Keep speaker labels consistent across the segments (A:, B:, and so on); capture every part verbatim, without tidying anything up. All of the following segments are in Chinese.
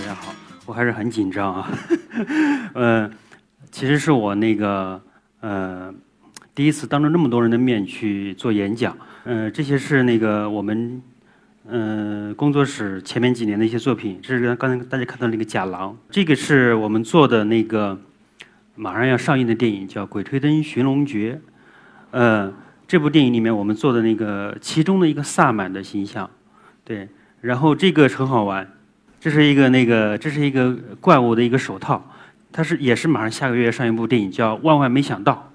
A: 家好，我还是很紧张啊。呃，其实是我那个呃第一次当着那么多人的面去做演讲。呃，这些是那个我们呃工作室前面几年的一些作品。这是刚才大家看到那个假狼，这个是我们做的那个马上要上映的电影，叫《鬼吹灯寻龙诀》。呃，这部电影里面我们做的那个其中的一个萨满的形象，对。然后这个很好玩。这是一个那个，这是一个怪物的一个手套，它是也是马上下个月上一部电影叫《万万没想到》。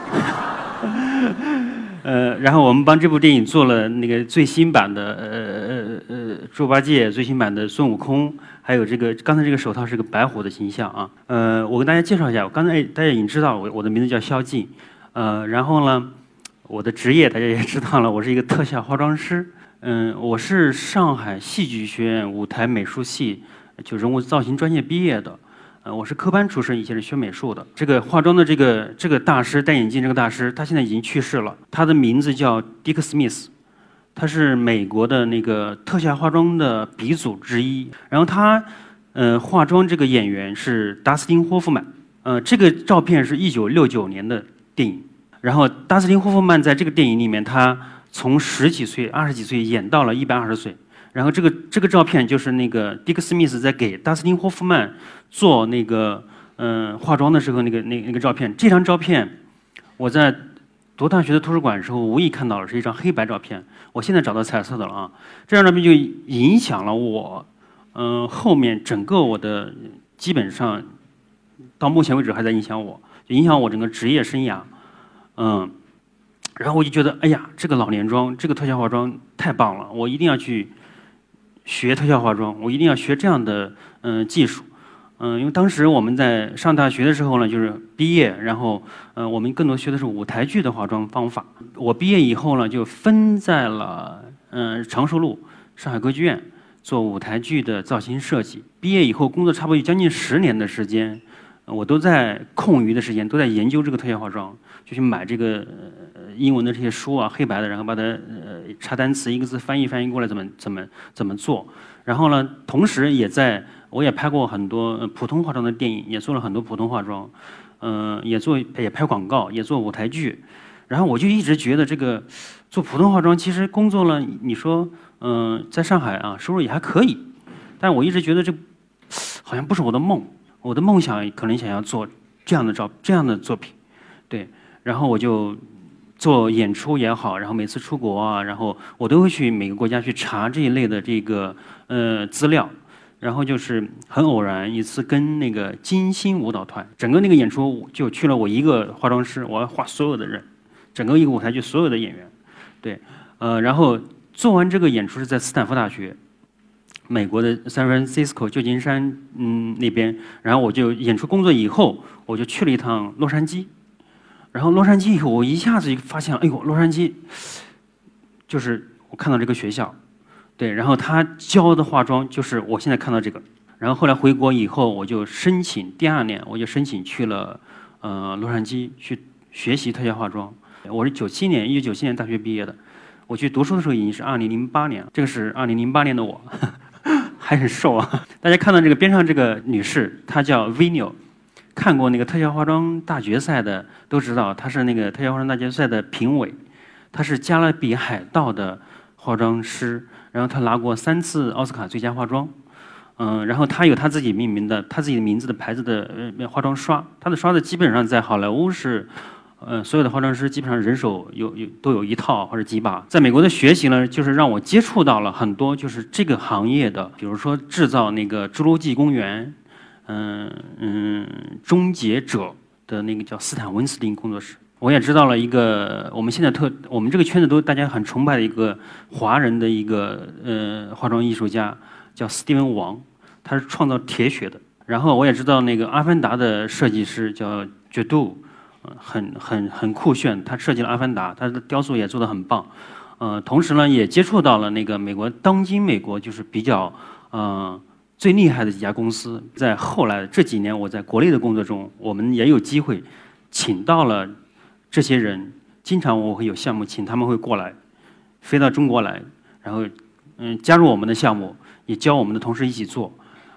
A: 呃，然后我们帮这部电影做了那个最新版的呃呃呃猪八戒，最新版的孙悟空，还有这个刚才这个手套是个白虎的形象啊。呃，我跟大家介绍一下，我刚才大家已经知道我我的名字叫萧劲，呃，然后呢，我的职业大家也知道了，我是一个特效化妆师。嗯，我是上海戏剧学院舞台美术系就人物造型专业毕业的，呃，我是科班出身，以前是学美术的。这个化妆的这个这个大师，戴眼镜这个大师，他现在已经去世了。他的名字叫迪克·史密斯，他是美国的那个特效化妆的鼻祖之一。然后他，呃，化妆这个演员是达斯汀·霍夫曼，呃，这个照片是一九六九年的电影。然后达斯汀·霍夫曼在这个电影里面，他从十几岁、二十几岁演到了一百二十岁，然后这个这个照片就是那个迪克·史密斯在给达斯汀·霍夫曼做那个嗯、呃、化妆的时候那个那那个照片。这张照片我在读大学的图书馆的时候无意看到了，是一张黑白照片。我现在找到彩色的了啊。这张照片就影响了我，嗯、呃、后面整个我的基本上到目前为止还在影响我，就影响我整个职业生涯，嗯。然后我就觉得，哎呀，这个老年妆，这个特效化妆太棒了，我一定要去学特效化妆，我一定要学这样的嗯、呃、技术，嗯、呃，因为当时我们在上大学的时候呢，就是毕业，然后嗯、呃，我们更多学的是舞台剧的化妆方法。我毕业以后呢，就分在了嗯、呃、长寿路上海歌剧院做舞台剧的造型设计。毕业以后工作差不多有将近十年的时间，我都在空余的时间都在研究这个特效化妆，就去买这个。呃英文的这些书啊，黑白的，然后把它呃查单词，一个字翻译翻译过来，怎么怎么怎么做。然后呢，同时也在我也拍过很多、呃、普通化妆的电影，也做了很多普通化妆，嗯、呃，也做也拍广告，也做舞台剧。然后我就一直觉得这个做普通化妆，其实工作了，你说嗯、呃，在上海啊，收入也还可以，但我一直觉得这好像不是我的梦，我的梦想可能想要做这样的照这样的作品，对，然后我就。做演出也好，然后每次出国啊，然后我都会去每个国家去查这一类的这个呃资料，然后就是很偶然一次跟那个金星舞蹈团，整个那个演出就去了我一个化妆师，我要画所有的人，整个一个舞台剧所有的演员，对，呃，然后做完这个演出是在斯坦福大学，美国的 San Francisco 旧金山嗯那边，然后我就演出工作以后，我就去了一趟洛杉矶。然后洛杉矶以后，我一下子就发现了，哎呦，洛杉矶，就是我看到这个学校，对，然后他教的化妆就是我现在看到这个。然后后来回国以后，我就申请，第二年我就申请去了呃洛杉矶去学习特效化妆。我是九七年，一九九七年大学毕业的，我去读书的时候已经是二零零八年了，这个是二零零八年的我，还很瘦啊。大家看到这个边上这个女士，她叫 Vino。看过那个特效化妆大决赛的都知道，他是那个特效化妆大决赛的评委，他是加勒比海盗的化妆师，然后他拿过三次奥斯卡最佳化妆，嗯，然后他有他自己命名的他自己的名字的牌子的呃化妆刷，他的刷子基本上在好莱坞是，呃，所有的化妆师基本上人手有有都有一套或者几把。在美国的学习呢，就是让我接触到了很多就是这个行业的，比如说制造那个侏罗纪公园。嗯嗯，终结者的那个叫斯坦文斯汀工作室，我也知道了一个我们现在特我们这个圈子都大家很崇拜的一个华人的一个呃化妆艺术家，叫斯蒂文王，他是创造铁血的。然后我也知道那个阿凡达的设计师叫绝度，呃，很很很酷炫，他设计了阿凡达，他的雕塑也做得很棒。呃，同时呢，也接触到了那个美国当今美国就是比较呃。最厉害的几家公司，在后来这几年我在国内的工作中，我们也有机会请到了这些人。经常我会有项目请他们会过来，飞到中国来，然后嗯加入我们的项目，也教我们的同事一起做。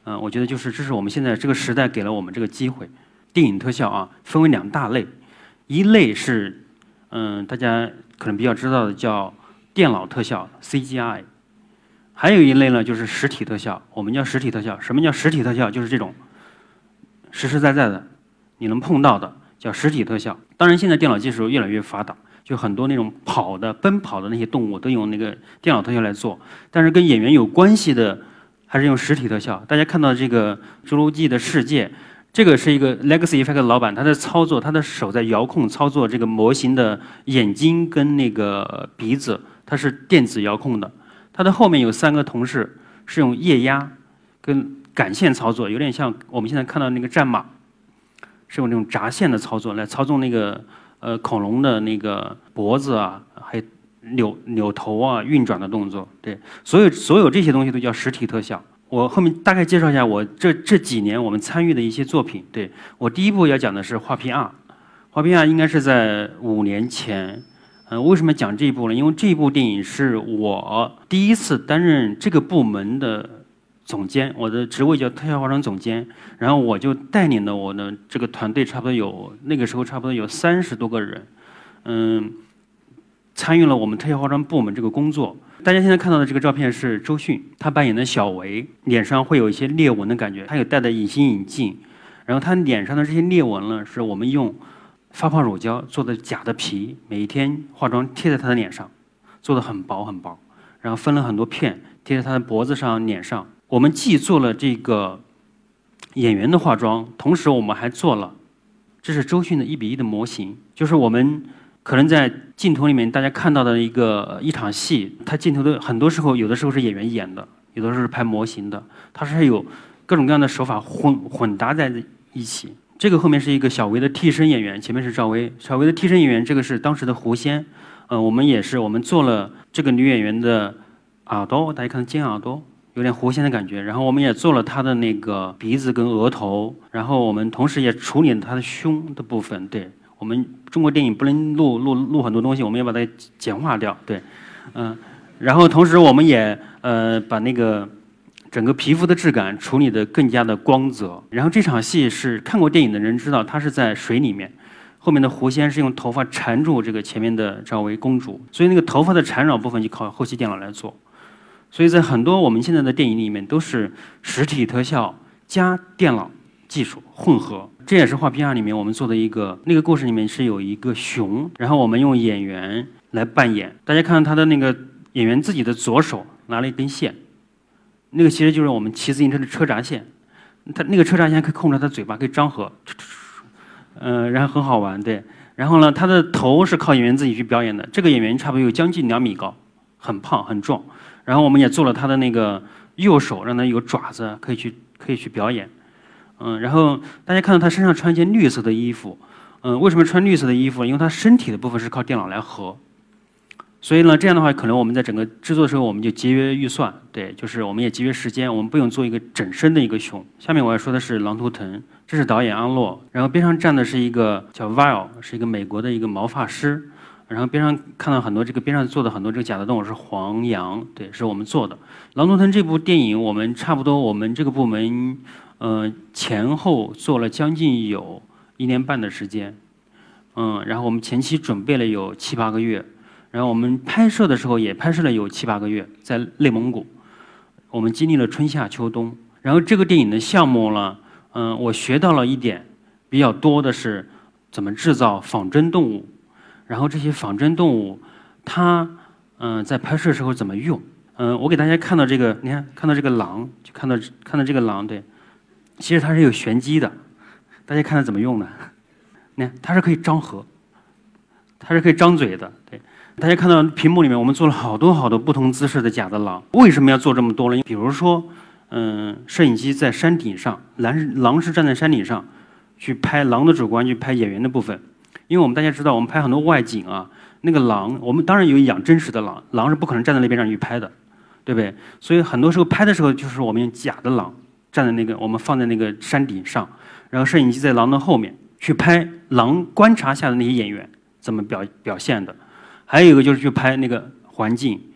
A: 嗯、呃，我觉得就是这是我们现在这个时代给了我们这个机会。电影特效啊，分为两大类，一类是嗯、呃、大家可能比较知道的叫电脑特效 C G I， 还有一类呢就是实体特效，我们叫实体特效。什么叫实体特效？就是这种实实在在的你能碰到的叫实体特效。当然现在电脑技术越来越发达，就很多那种跑的奔跑的那些动物都用那个电脑特效来做，但是跟演员有关系的还是用实体特效。大家看到这个《侏罗纪的世界》，这个是一个 Legacy Effect 的老板，他在操作，他的手在遥控操作这个模型的眼睛跟那个鼻子，它是电子遥控的。他的后面有三个同事是用液压跟感线操作，有点像我们现在看到那个战马，是用那种闸线的操作来操纵那个呃恐龙的那个脖子啊，还有扭扭头啊、运转的动作。对，所有所有这些东西都叫实体特效。我后面大概介绍一下我这这几年我们参与的一些作品。对，我第一部要讲的是画皮二，画皮二应该是在五年前。呃，为什么讲这一部呢？因为这一部电影是我第一次担任这个部门的总监，我的职位叫特效化妆总监，然后我就带领了我的这个团队，差不多有那个时候差不多有三十多个人，嗯，参与了我们特效化妆部门这个工作。大家现在看到的这个照片是周迅，他扮演的小维，脸上会有一些裂纹的感觉，他有戴的隐形眼镜，然后他脸上的这些裂纹呢，是我们用发泡乳胶做的假的皮，每一天化妆贴在他的脸上，做的很薄很薄，然后分了很多片贴在他的脖子上、脸上。我们既做了这个演员的化妆，同时我们还做了，这是周迅的一比一的模型，就是我们可能在镜头里面大家看到的一个一场戏，它镜头的很多时候有的时候是演员演的，有的时候是拍模型的，它是有各种各样的手法混混搭在一起。这个后面是一个小维的替身演员，前面是赵薇。小维的替身演员，这个是当时的狐仙。呃，我们也是，我们做了这个女演员的耳朵，大家看尖耳朵，有点狐仙的感觉。然后我们也做了她的那个鼻子跟额头，然后我们同时也处理了她的胸的部分。对，我们中国电影不能录录录很多东西，我们要把它简化掉。对，嗯、呃，然后同时我们也呃把那个整个皮肤的质感处理得更加的光泽。然后这场戏是看过电影的人知道，它是在水里面，后面的狐仙是用头发缠住这个前面的赵薇公主，所以那个头发的缠绕部分就靠后期电脑来做。所以在很多我们现在的电影里面都是实体特效加电脑技术混合。这也是画皮二里面我们做的一个，那个故事里面是有一个熊，然后我们用演员来扮演。大家看到他的那个演员自己的左手拿了一根线，那个其实就是我们骑自行车的车闸线，他那个车闸线可以控制他的嘴巴，可以张合，呃，然后很好玩，对。然后呢，他的头是靠演员自己去表演的，这个演员差不多有将近两米高，很胖很壮。然后我们也做了他的那个右手，让他有爪子可以去可以去表演，嗯。然后大家看到他身上穿一件绿色的衣服，嗯，为什么穿绿色的衣服？因为他身体的部分是靠电脑来合。所以呢，这样的话，可能我们在整个制作的时候，我们就节约预算，对，就是我们也节约时间，我们不用做一个整身的一个熊。下面我要说的是《狼图腾》，这是导演安洛，然后边上站的是一个叫 Vile， 是一个美国的一个毛发师，然后边上看到很多这个边上做的很多这个假的动物是黄羊，对，是我们做的。《狼图腾》这部电影，我们差不多我们这个部门，呃，前后做了将近有一年半的时间，嗯，然后我们前期准备了有七八个月。然后我们拍摄的时候也拍摄了有七八个月，在内蒙古，我们经历了春夏秋冬。然后这个电影的项目呢，嗯，我学到了一点比较多的是怎么制造仿真动物，然后这些仿真动物它嗯在拍摄的时候怎么用。嗯，我给大家看到这个，你看看到这个狼，就看到看到这个狼，对，其实它是有玄机的，大家看它怎么用呢？你看它是可以张合，它是可以张嘴的，对。大家看到屏幕里面，我们做了好多好多不同姿势的假的狼。为什么要做这么多呢？比如说，嗯，摄影机在山顶上，狼是狼是站在山顶上，去拍狼的主观，去拍演员的部分。因为我们大家知道，我们拍很多外景啊，那个狼，我们当然有养真实的狼，狼是不可能站在那边上去拍的，对不对？所以很多时候拍的时候，就是我们用假的狼站在那个，我们放在那个山顶上，然后摄影机在狼的后面去拍狼观察下的那些演员怎么表表现的。还有一个就是去拍那个环境，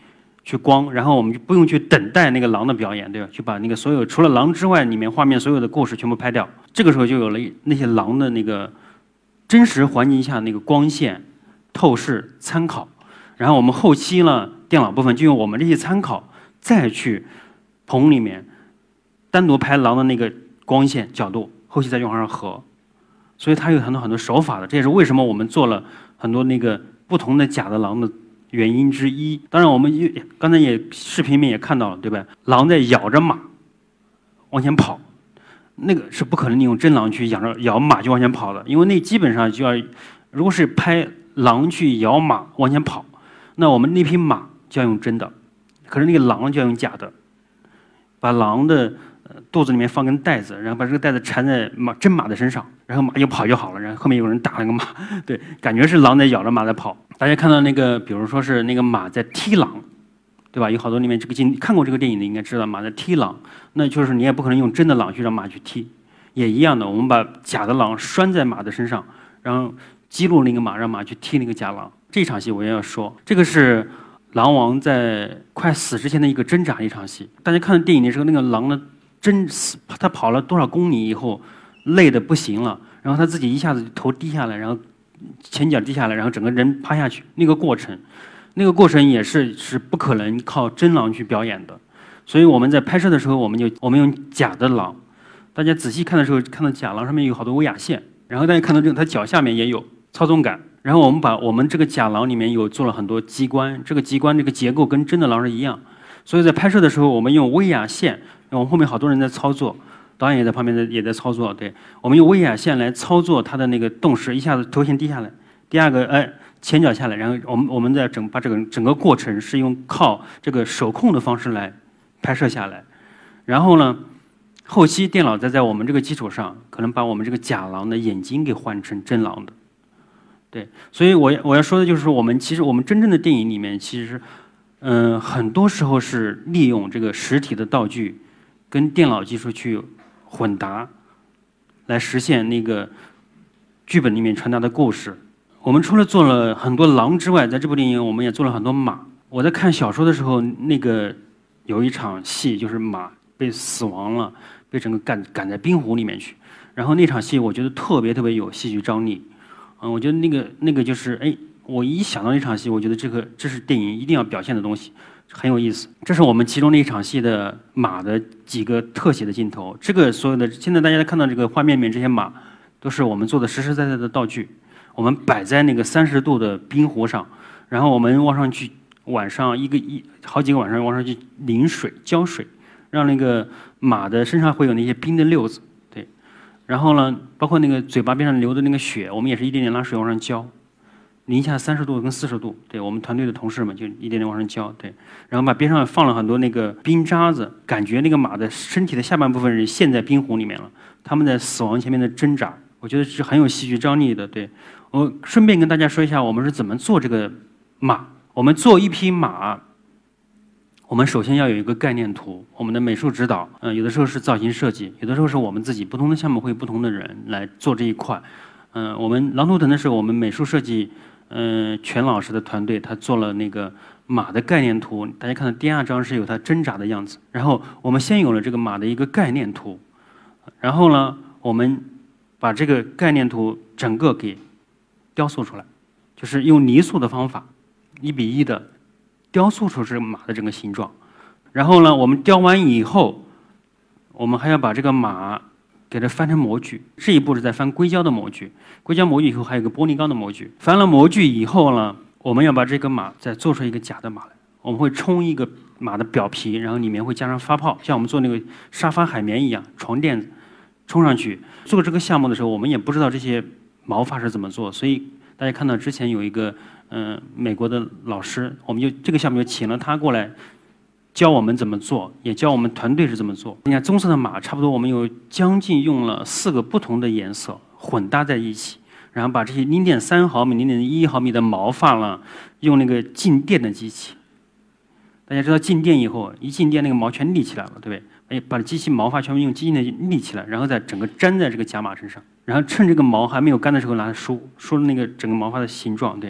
A: 去光，然后我们就不用去等待那个狼的表演，对吧？去把那个所有除了狼之外，里面画面所有的故事全部拍掉。这个时候就有了那些狼的那个真实环境下那个光线、透视参考。然后我们后期呢，电脑部分就用我们这些参考，再去棚里面单独拍狼的那个光线角度，后期再用上合。所以它有很多很多手法的，这也是为什么我们做了很多那个不同的假的狼的原因之一。当然，我们也刚才也视频里面也看到了，对吧？狼在咬着马往前跑，那个是不可能你用真狼去咬着咬马就往前跑的，因为那基本上就要，如果是拍狼去咬马往前跑，那我们那匹马就要用真的，可是那个狼就要用假的，把狼的肚子里面放根带子，然后把这个带子缠在马真马的身上，然后马就跑就好了，然后后面有人打那个马，对，感觉是狼在咬着马在跑。大家看到那个，比如说是那个马在踢狼，对吧？有好多里面这个镜看过这个电影的应该知道马在踢狼，那就是你也不可能用真的狼去让马去踢，也一样的，我们把假的狼拴在马的身上，然后激怒那个马，让马去踢那个假狼。这场戏我也要说，这个是狼王在快死之前的一个挣扎一场戏。大家看电影的时候，那个狼的真死，他跑了多少公里以后，累得不行了，然后他自己一下子头低下来，然后前脚低下来，然后整个人趴下去，那个过程，那个过程也是是不可能靠真狼去表演的。所以我们在拍摄的时候，我们就我们用假的狼。大家仔细看的时候，看到假狼上面有好多威亚线，然后大家看到这个，它脚下面也有操纵杆。然后我们把我们这个假狼里面有做了很多机关，这个机关这个结构跟真的狼是一样，所以在拍摄的时候，我们用威亚线，我们后面好多人在操作，导演也在旁边也在操作，对，我们用威亚线来操作它的那个动势，一下子头先低下来，第二个哎前脚下来，然后我们我们在整把这个整个过程是用靠这个手控的方式来拍摄下来，然后呢，后期电脑再在我们这个基础上，可能把我们这个假狼的眼睛给换成真狼的。对，所以我我要说的就是说，我们其实我们真正的电影里面，其实，嗯、呃，很多时候是利用这个实体的道具跟电脑技术去混搭，来实现那个剧本里面传达的故事。我们除了做了很多狼之外，在这部电影我们也做了很多马。我在看小说的时候，那个有一场戏就是马被死亡了，被整个赶赶在冰湖里面去，然后那场戏我觉得特别特别有戏剧张力。嗯，我觉得那个那个就是，哎，我一想到那场戏，我觉得这个这是电影一定要表现的东西，很有意思。这是我们其中的一场戏的马的几个特写的镜头。这个所有的现在大家看到这个画面里面这些马，都是我们做的实实在在的道具。我们摆在那个三十度的冰湖上，然后我们往上去，晚上一个一好几个晚上往上去淋水浇水，让那个马的身上会有那些冰的溜子。然后呢，包括那个嘴巴边上流的那个血，我们也是一点点拿水往上浇，零下三十度跟四十度，对我们团队的同事们就一点点往上浇，对，然后把边上放了很多那个冰渣子，感觉那个马的身体的下半部分是陷在冰湖里面了，他们在死亡前面的挣扎，我觉得是很有戏剧张力的。对，我顺便跟大家说一下，我们是怎么做这个马。我们做一匹马，我们首先要有一个概念图，我们的美术指导，嗯、呃，有的时候是造型设计，有的时候是我们自己不同的项目会不同的人来做这一块。嗯、呃，我们狼图腾的是我们美术设计，嗯、呃，全老师的团队他做了那个马的概念图，大家看到第二张是有它挣扎的样子。然后我们先有了这个马的一个概念图，然后呢，我们把这个概念图整个给雕塑出来，就是用泥塑的方法，一比一的雕塑出这个马的整个形状。然后呢，我们雕完以后，我们还要把这个马给它翻成模具。这一步是在翻硅胶的模具，硅胶模具以后还有个玻璃钢的模具。翻了模具以后呢，我们要把这个马再做出一个假的马来。我们会冲一个马的表皮，然后里面会加上发泡，像我们做那个沙发海绵一样，床垫子冲上去。做这个项目的时候，我们也不知道这些毛发是怎么做，所以大家看到之前有一个嗯、呃、美国的老师，我们就这个项目就请了他过来教我们怎么做，也教我们团队是怎么做。你看棕色的马，差不多我们有将近用了四个不同的颜色混搭在一起，然后把这些零点三毫米、零点一毫米的毛发了，用那个静电的机器。大家知道静电以后，一静电那个毛全立起来了，对不对？哎，把机器毛发全部用机器的立起来，然后再整个粘在这个假马身上，然后趁这个毛还没有干的时候，拿它梳梳那个整个毛发的形状，对。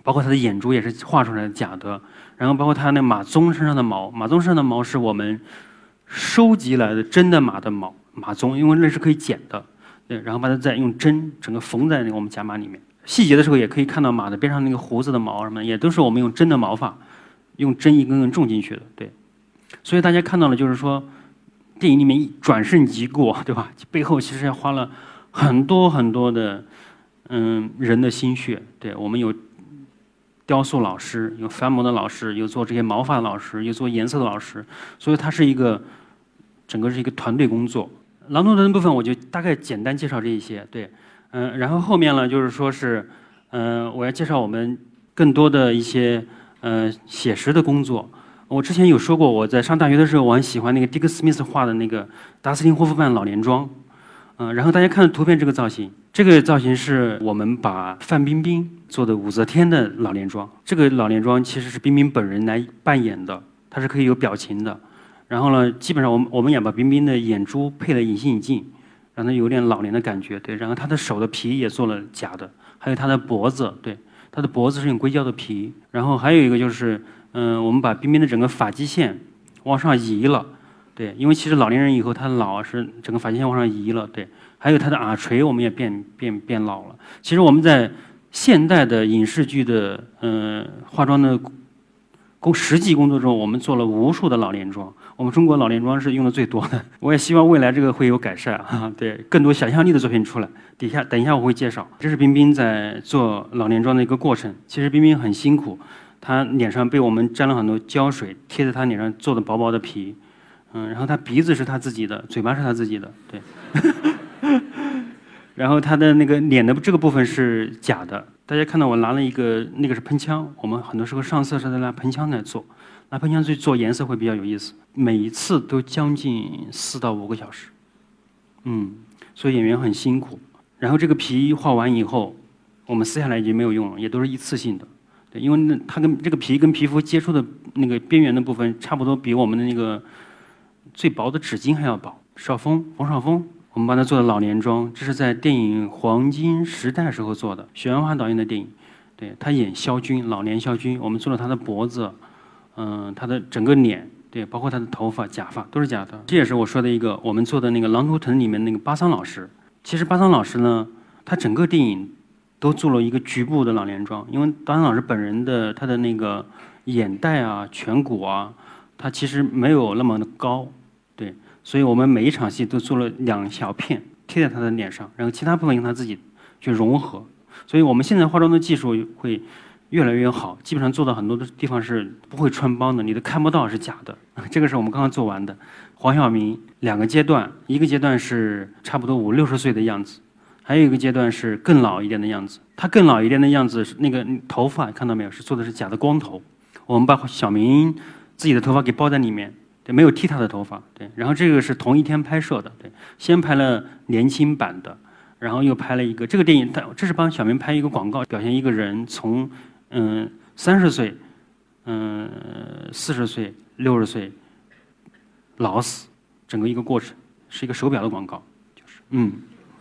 A: 包括他的眼珠也是画出来的假的，然后包括他那马鬃身上的毛，马鬃身上的毛是我们收集来的真的马的毛，马鬃，因为那是可以剪的，对，然后把它再用针整个缝在那个我们甲马里面。细节的时候也可以看到马的边上那个胡子的毛什么的，也都是我们用针的毛发，用针一根根种进去的，对。所以大家看到了，就是说电影里面转瞬即过，对吧？背后其实要花了很多很多的嗯人的心血，对，我们有雕塑老师，有翻模的老师，有做这些毛发的老师，有做颜色的老师，所以它是一个整个是一个团队工作。狼图腾的部分我就大概简单介绍这一些，对，嗯、呃，然后后面呢就是说是，嗯、呃，我要介绍我们更多的一些呃写实的工作。我之前有说过，我在上大学的时候，我很喜欢那个迪克·斯密斯画的那个达斯汀·霍夫曼老年妆，嗯、呃，然后大家看图片这个造型，这个造型是我们把范冰冰做的武则天的老年妆，这个老年妆其实是冰冰本人来扮演的，它是可以有表情的。然后呢，基本上我们我们也把冰冰的眼珠配了隐形眼镜，让她有点老年的感觉，对。然后她的手的皮也做了假的，还有她的脖子，对，她的脖子是用硅胶的皮。然后还有一个就是，嗯、呃，我们把冰冰的整个发际线往上移了，对，因为其实老年人以后他老是整个发际线往上移了，对。还有她的耳垂我们也变变变老了。其实我们在现代的影视剧的呃化妆的工实际工作中，我们做了无数的老年妆。我们中国老年妆是用的最多的。我也希望未来这个会有改善啊，对，更多想象力的作品出来。底下等一下我会介绍，这是冰冰在做老年妆的一个过程。其实冰冰很辛苦，她脸上被我们沾了很多胶水，贴在她脸上做的薄薄的皮。嗯，然后她鼻子是她自己的，嘴巴是她自己的，对。然后他的那个脸的这个部分是假的，大家看到我拿了一个那个是喷枪，我们很多时候上色是在拿喷枪来做，拿喷枪去做颜色会比较有意思，每一次都将近四到五个小时，嗯，所以演员很辛苦。然后这个皮画完以后，我们撕下来已经没有用了，也都是一次性的，对，因为那它跟这个皮跟皮肤接触的那个边缘的部分差不多，比我们的那个最薄的纸巾还要薄。邵峰，冯绍峰。我们帮他做的老年妆，这是在电影《黄金时代》时候做的，许鞍华导演的电影。对，他演萧军，老年萧军，我们做了他的脖子，嗯、呃，他的整个脸，对，包括他的头发、假发都是假的。这也是我说的一个我们做的那个《狼图腾》里面那个巴桑老师。其实巴桑老师呢，他整个电影都做了一个局部的老年妆，因为巴桑老师本人的他的那个眼袋啊、颧骨啊，他其实没有那么的高，对。所以我们每一场戏都做了两小片贴在他的脸上，然后其他部分用他自己去融合。所以我们现在化妆的技术会越来越好，基本上做到很多的地方是不会穿帮的，你都看不到是假的。这个是我们刚刚做完的。黄晓明两个阶段，一个阶段是差不多五六十岁的样子，还有一个阶段是更老一点的样子。他更老一点的样子是那个头发看到没有，是做的是假的光头。我们把小明自己的头发给包在里面。对，没有剃他的头发，对，然后这个是同一天拍摄的，对，先拍了年轻版的，然后又拍了一个这个电影，他这是帮小明拍一个广告，表现一个人从嗯三十岁，嗯四十岁、六十岁老死，整个一个过程，是一个手表的广告，就是嗯。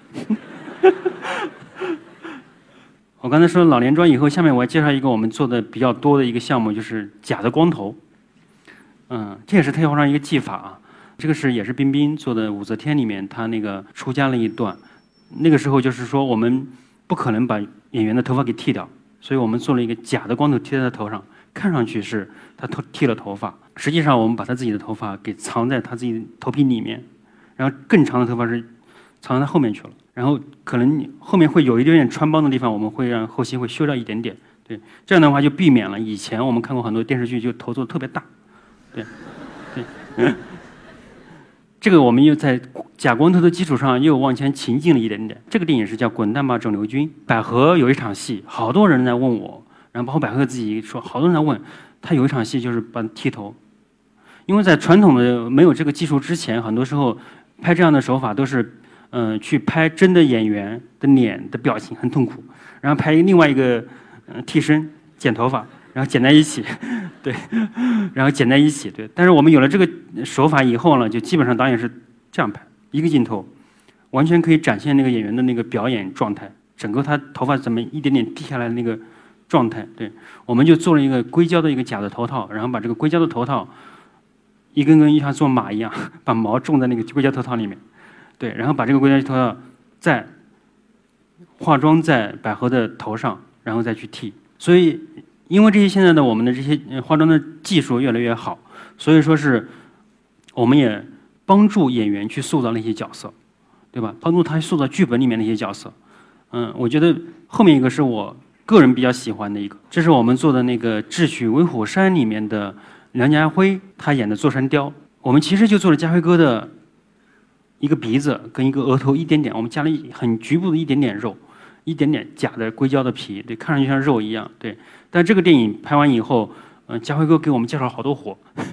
A: 我刚才说老年妆以后，下面我要介绍一个我们做的比较多的一个项目，就是假的光头。嗯，这也是特效化妆一个技法啊。这个是也是冰冰做的《武则天》里面，她那个出家了一段。那个时候就是说，我们不可能把演员的头发给剃掉，所以我们做了一个假的光头贴在他头上，看上去是他头剃了头发，实际上我们把他自己的头发给藏在他自己头皮里面，然后更长的头发是藏在后面去了。然后可能后面会有一点点穿帮的地方，我们会让后期会修掉一点点。对，这样的话就避免了以前我们看过很多电视剧就头做的特别大。对，对，嗯，这个我们又在假光头的基础上又往前前进了一点点。这个电影是叫《滚蛋吧，肿瘤君》。百合有一场戏，好多人来问我，然后包括百合自己说，好多人来问，他有一场戏就是把剃头，因为在传统的没有这个技术之前，很多时候拍这样的手法都是，嗯、呃，去拍真的演员的脸的表情很痛苦，然后拍另外一个嗯、呃、替身剪头发。然后剪在一起，对，然后剪在一起，对。但是我们有了这个手法以后呢，就基本上导演是这样拍，一个镜头，完全可以展现那个演员的那个表演状态，整个他头发怎么一点点低下来的那个状态。对，我们就做了一个硅胶的一个假的头套，然后把这个硅胶的头套一根根像做马一样，把毛种在那个硅胶头套里面。对，然后把这个硅胶头套再化妆在百合的头上，然后再去剃。所以，因为这些现在的我们的这些化妆的技术越来越好，所以说是我们也帮助演员去塑造那些角色，对吧？帮助他塑造剧本里面那些角色。嗯，我觉得后面一个是我个人比较喜欢的一个，这是我们做的那个《智取威虎山》里面的梁家辉他演的座山雕。我们其实就做了家辉哥的一个鼻子跟一个额头一点点，我们加了很局部的一点点肉，一点点假的硅胶的皮，对，看上去像肉一样，对。但这个电影拍完以后，嗯、呃，家辉哥给我们介绍了好多活，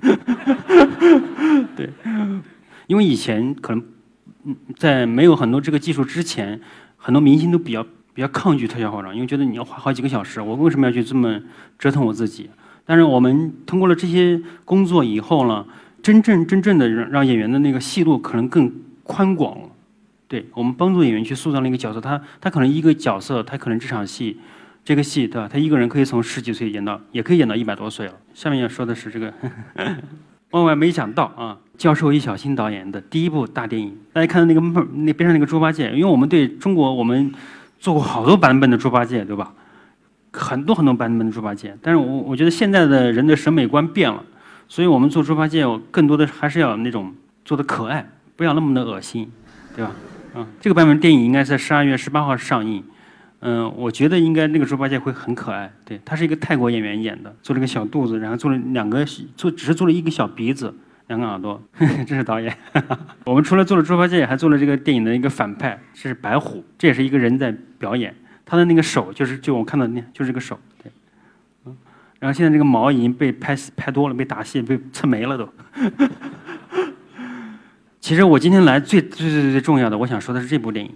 A: 对，因为以前可能嗯在没有很多这个技术之前，很多明星都比较比较抗拒特效化妆，因为觉得你要花好几个小时，我为什么要去这么折腾我自己？但是我们通过了这些工作以后呢，真正真正的让让演员的那个戏路可能更宽广了。对，我们帮助演员去塑造那个角色，他他可能一个角色，他可能这场戏，这个戏，对吧？他一个人可以从十几岁演到，也可以演到一百多岁了。下面要说的是这个，万万没想到啊，教授易小星导演的第一部大电影，大家看到那个那边上那个猪八戒，因为我们对中国我们做过好多版本的猪八戒，对吧？很多很多版本的猪八戒，但是我我觉得现在的人的审美观变了，所以我们做猪八戒，更多的还是要那种做的可爱，不要那么的恶心，对吧？嗯，这个版本电影应该在十二月十八号上映。嗯，我觉得应该那个猪八戒会很可爱。对，他是一个泰国演员演的，做了个小肚子，然后做了两个做，只是做了一个小鼻子，两个耳朵。这是导演。我们除了做了猪八戒，还做了这个电影的一个反派，是白虎，这也是一个人在表演。他的那个手就是就我看到那，就是这个手。对，嗯，然后现在这个毛已经被拍拍多了，被打戏被蹭没了都。其实我今天来最最最最重要的，我想说的是这部电影。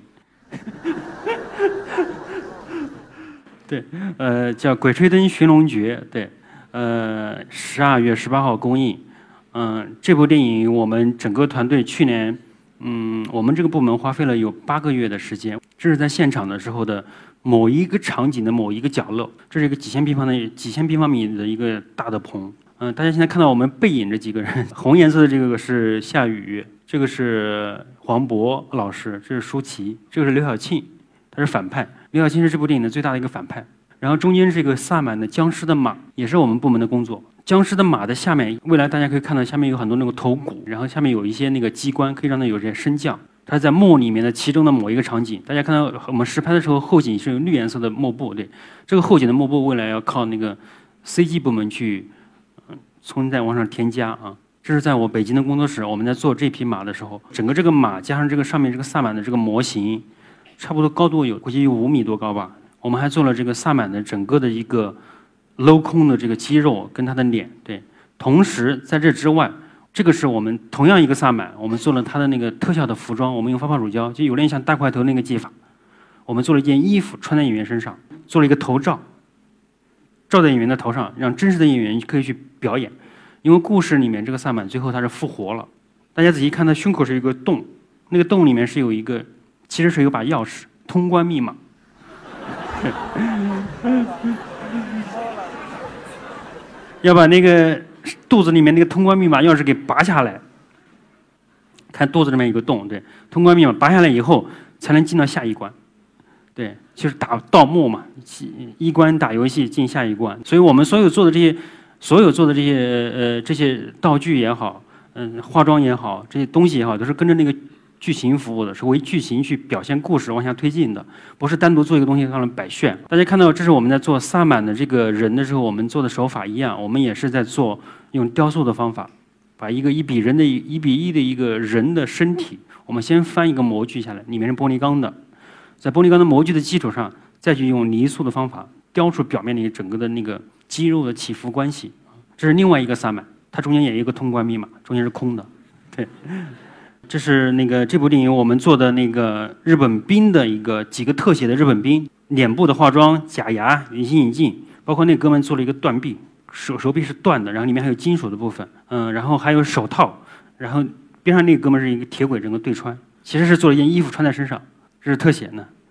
A: 对，呃，叫《鬼吹灯寻龙诀》，对，呃，十二月十八号公映。嗯、呃，这部电影我们整个团队去年，嗯，我们这个部门花费了有八个月的时间。这是在现场的时候的某一个场景的某一个角落，这是一个几千平方的几千平方米的一个大的棚。嗯、呃，大家现在看到我们背影这几个人，红颜色的这个是夏雨，这个是黄渤老师，这是舒淇，这个是刘晓庆，他是反派。刘晓庆是这部电影的最大的一个反派。然后中间是一个萨满的僵尸的马，也是我们部门的工作。僵尸的马的下面，未来大家可以看到下面有很多那个头骨，然后下面有一些那个机关，可以让它有这些升降。它在墨里面的其中的某一个场景，大家看到我们实拍的时候，后景是绿颜色的幕布，对，这个后景的幕布未来要靠那个 C G 部门去，嗯，重新再往上添加啊。这是在我北京的工作室，我们在做这匹马的时候，整个这个马加上这个上面这个萨满的这个模型，差不多高度有估计有五米多高吧。我们还做了这个萨满的整个的一个镂空的这个肌肉跟他的脸，对。同时在这之外，这个是我们同样一个萨满，我们做了他的那个特效的服装，我们用发泡乳胶，就有点像大块头那个技法。我们做了一件衣服穿在演员身上，做了一个头罩，罩在演员的头上，让真实的演员可以去表演。因为故事里面这个萨满最后他是复活了，大家仔细看他胸口是一个洞，那个洞里面是有一个，其实是有把钥匙，通关密码。要把那个肚子里面那个通关密码钥匙给拔下来，看肚子里面有个洞，对，通关密码拔下来以后才能进到下一关，对，就是打盗墓嘛，一关打游戏进下一关。所以我们所有做的这些，所有做的这些呃这些道具也好，嗯，化妆也好，这些东西也好，都是跟着那个剧情服务的，是为剧情去表现故事往下推进的，不是单独做一个东西让人摆炫。大家看到这是我们在做萨满的这个人的时候，我们做的手法一样，我们也是在做用雕塑的方法，把一个一比人的一比一的一个人的身体，我们先翻一个模具下来，里面是玻璃钢的，在玻璃钢的模具的基础上，再去用泥塑的方法雕出表面的整个的那个肌肉的起伏关系。这是另外一个萨满，它中间也有一个通关密码，中间是空的，对。这是那个这部电影我们做的那个日本兵的一个几个特写的日本兵脸部的化妆、假牙、隐形眼镜，包括那哥们做了一个断臂，手手臂是断的，然后里面还有金属的部分，嗯，然后还有手套，然后边上那个哥们是一个铁轨整个对穿，其实是做了一件衣服穿在身上，这是特写呢。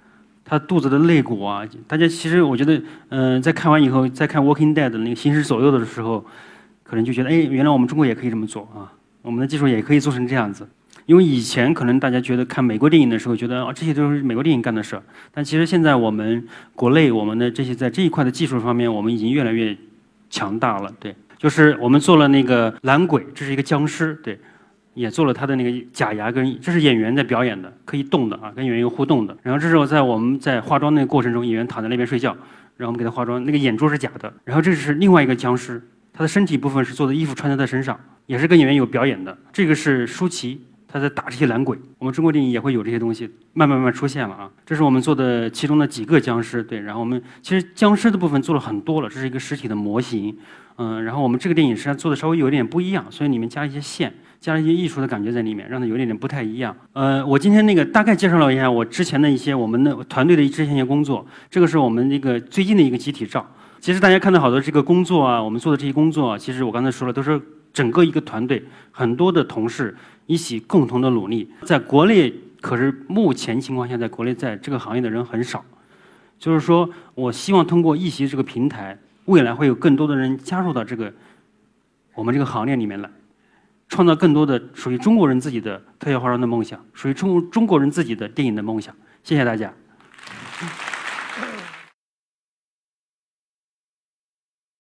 A: 他肚子的肋骨啊，大家其实我觉得，嗯、呃，在看完以后，再看《Walking Dead》的那个《行尸走肉》的时候，可能就觉得，哎，原来我们中国也可以这么做啊，我们的技术也可以做成这样子。因为以前可能大家觉得看美国电影的时候，觉得啊、哦、这些都是美国电影干的事儿，但其实现在我们国内我们的这些在这一块的技术方面，我们已经越来越强大了。对，就是我们做了那个蓝鬼，这是一个僵尸，对，也做了他的那个假牙跟，这是演员在表演的，可以动的啊，跟演员有互动的。然后这时候在我们在化妆那个过程中，演员躺在那边睡觉，然后我们给他化妆，那个眼珠是假的。然后这是另外一个僵尸，他的身体部分是做的衣服穿在他身上，也是跟演员有表演的。这个是舒淇。他在打这些蓝鬼，我们中国电影也会有这些东西，慢慢慢慢出现了啊。这是我们做的其中的几个僵尸，对。然后我们其实僵尸的部分做了很多了，这是一个实体的模型，嗯。然后我们这个电影实际上做的稍微有一点不一样，所以里面加了一些线，加了一些艺术的感觉在里面，让它有一点点不太一样。呃，我今天那个大概介绍了一下我之前的一些我们的团队的之前一些工作，这个是我们一个最近的一个集体照。其实大家看到好多这个工作啊，我们做的这些工作啊，其实我刚才说了，都是整个一个团队，很多的同事一起共同的努力。在国内，可是目前情况下，在国内在这个行业的人很少。就是说我希望通过一席这个平台，未来会有更多的人加入到这个我们这个行列里面来，创造更多的属于中国人自己的特效化妆的梦想，属于中中国人自己的电影的梦想。谢谢大家。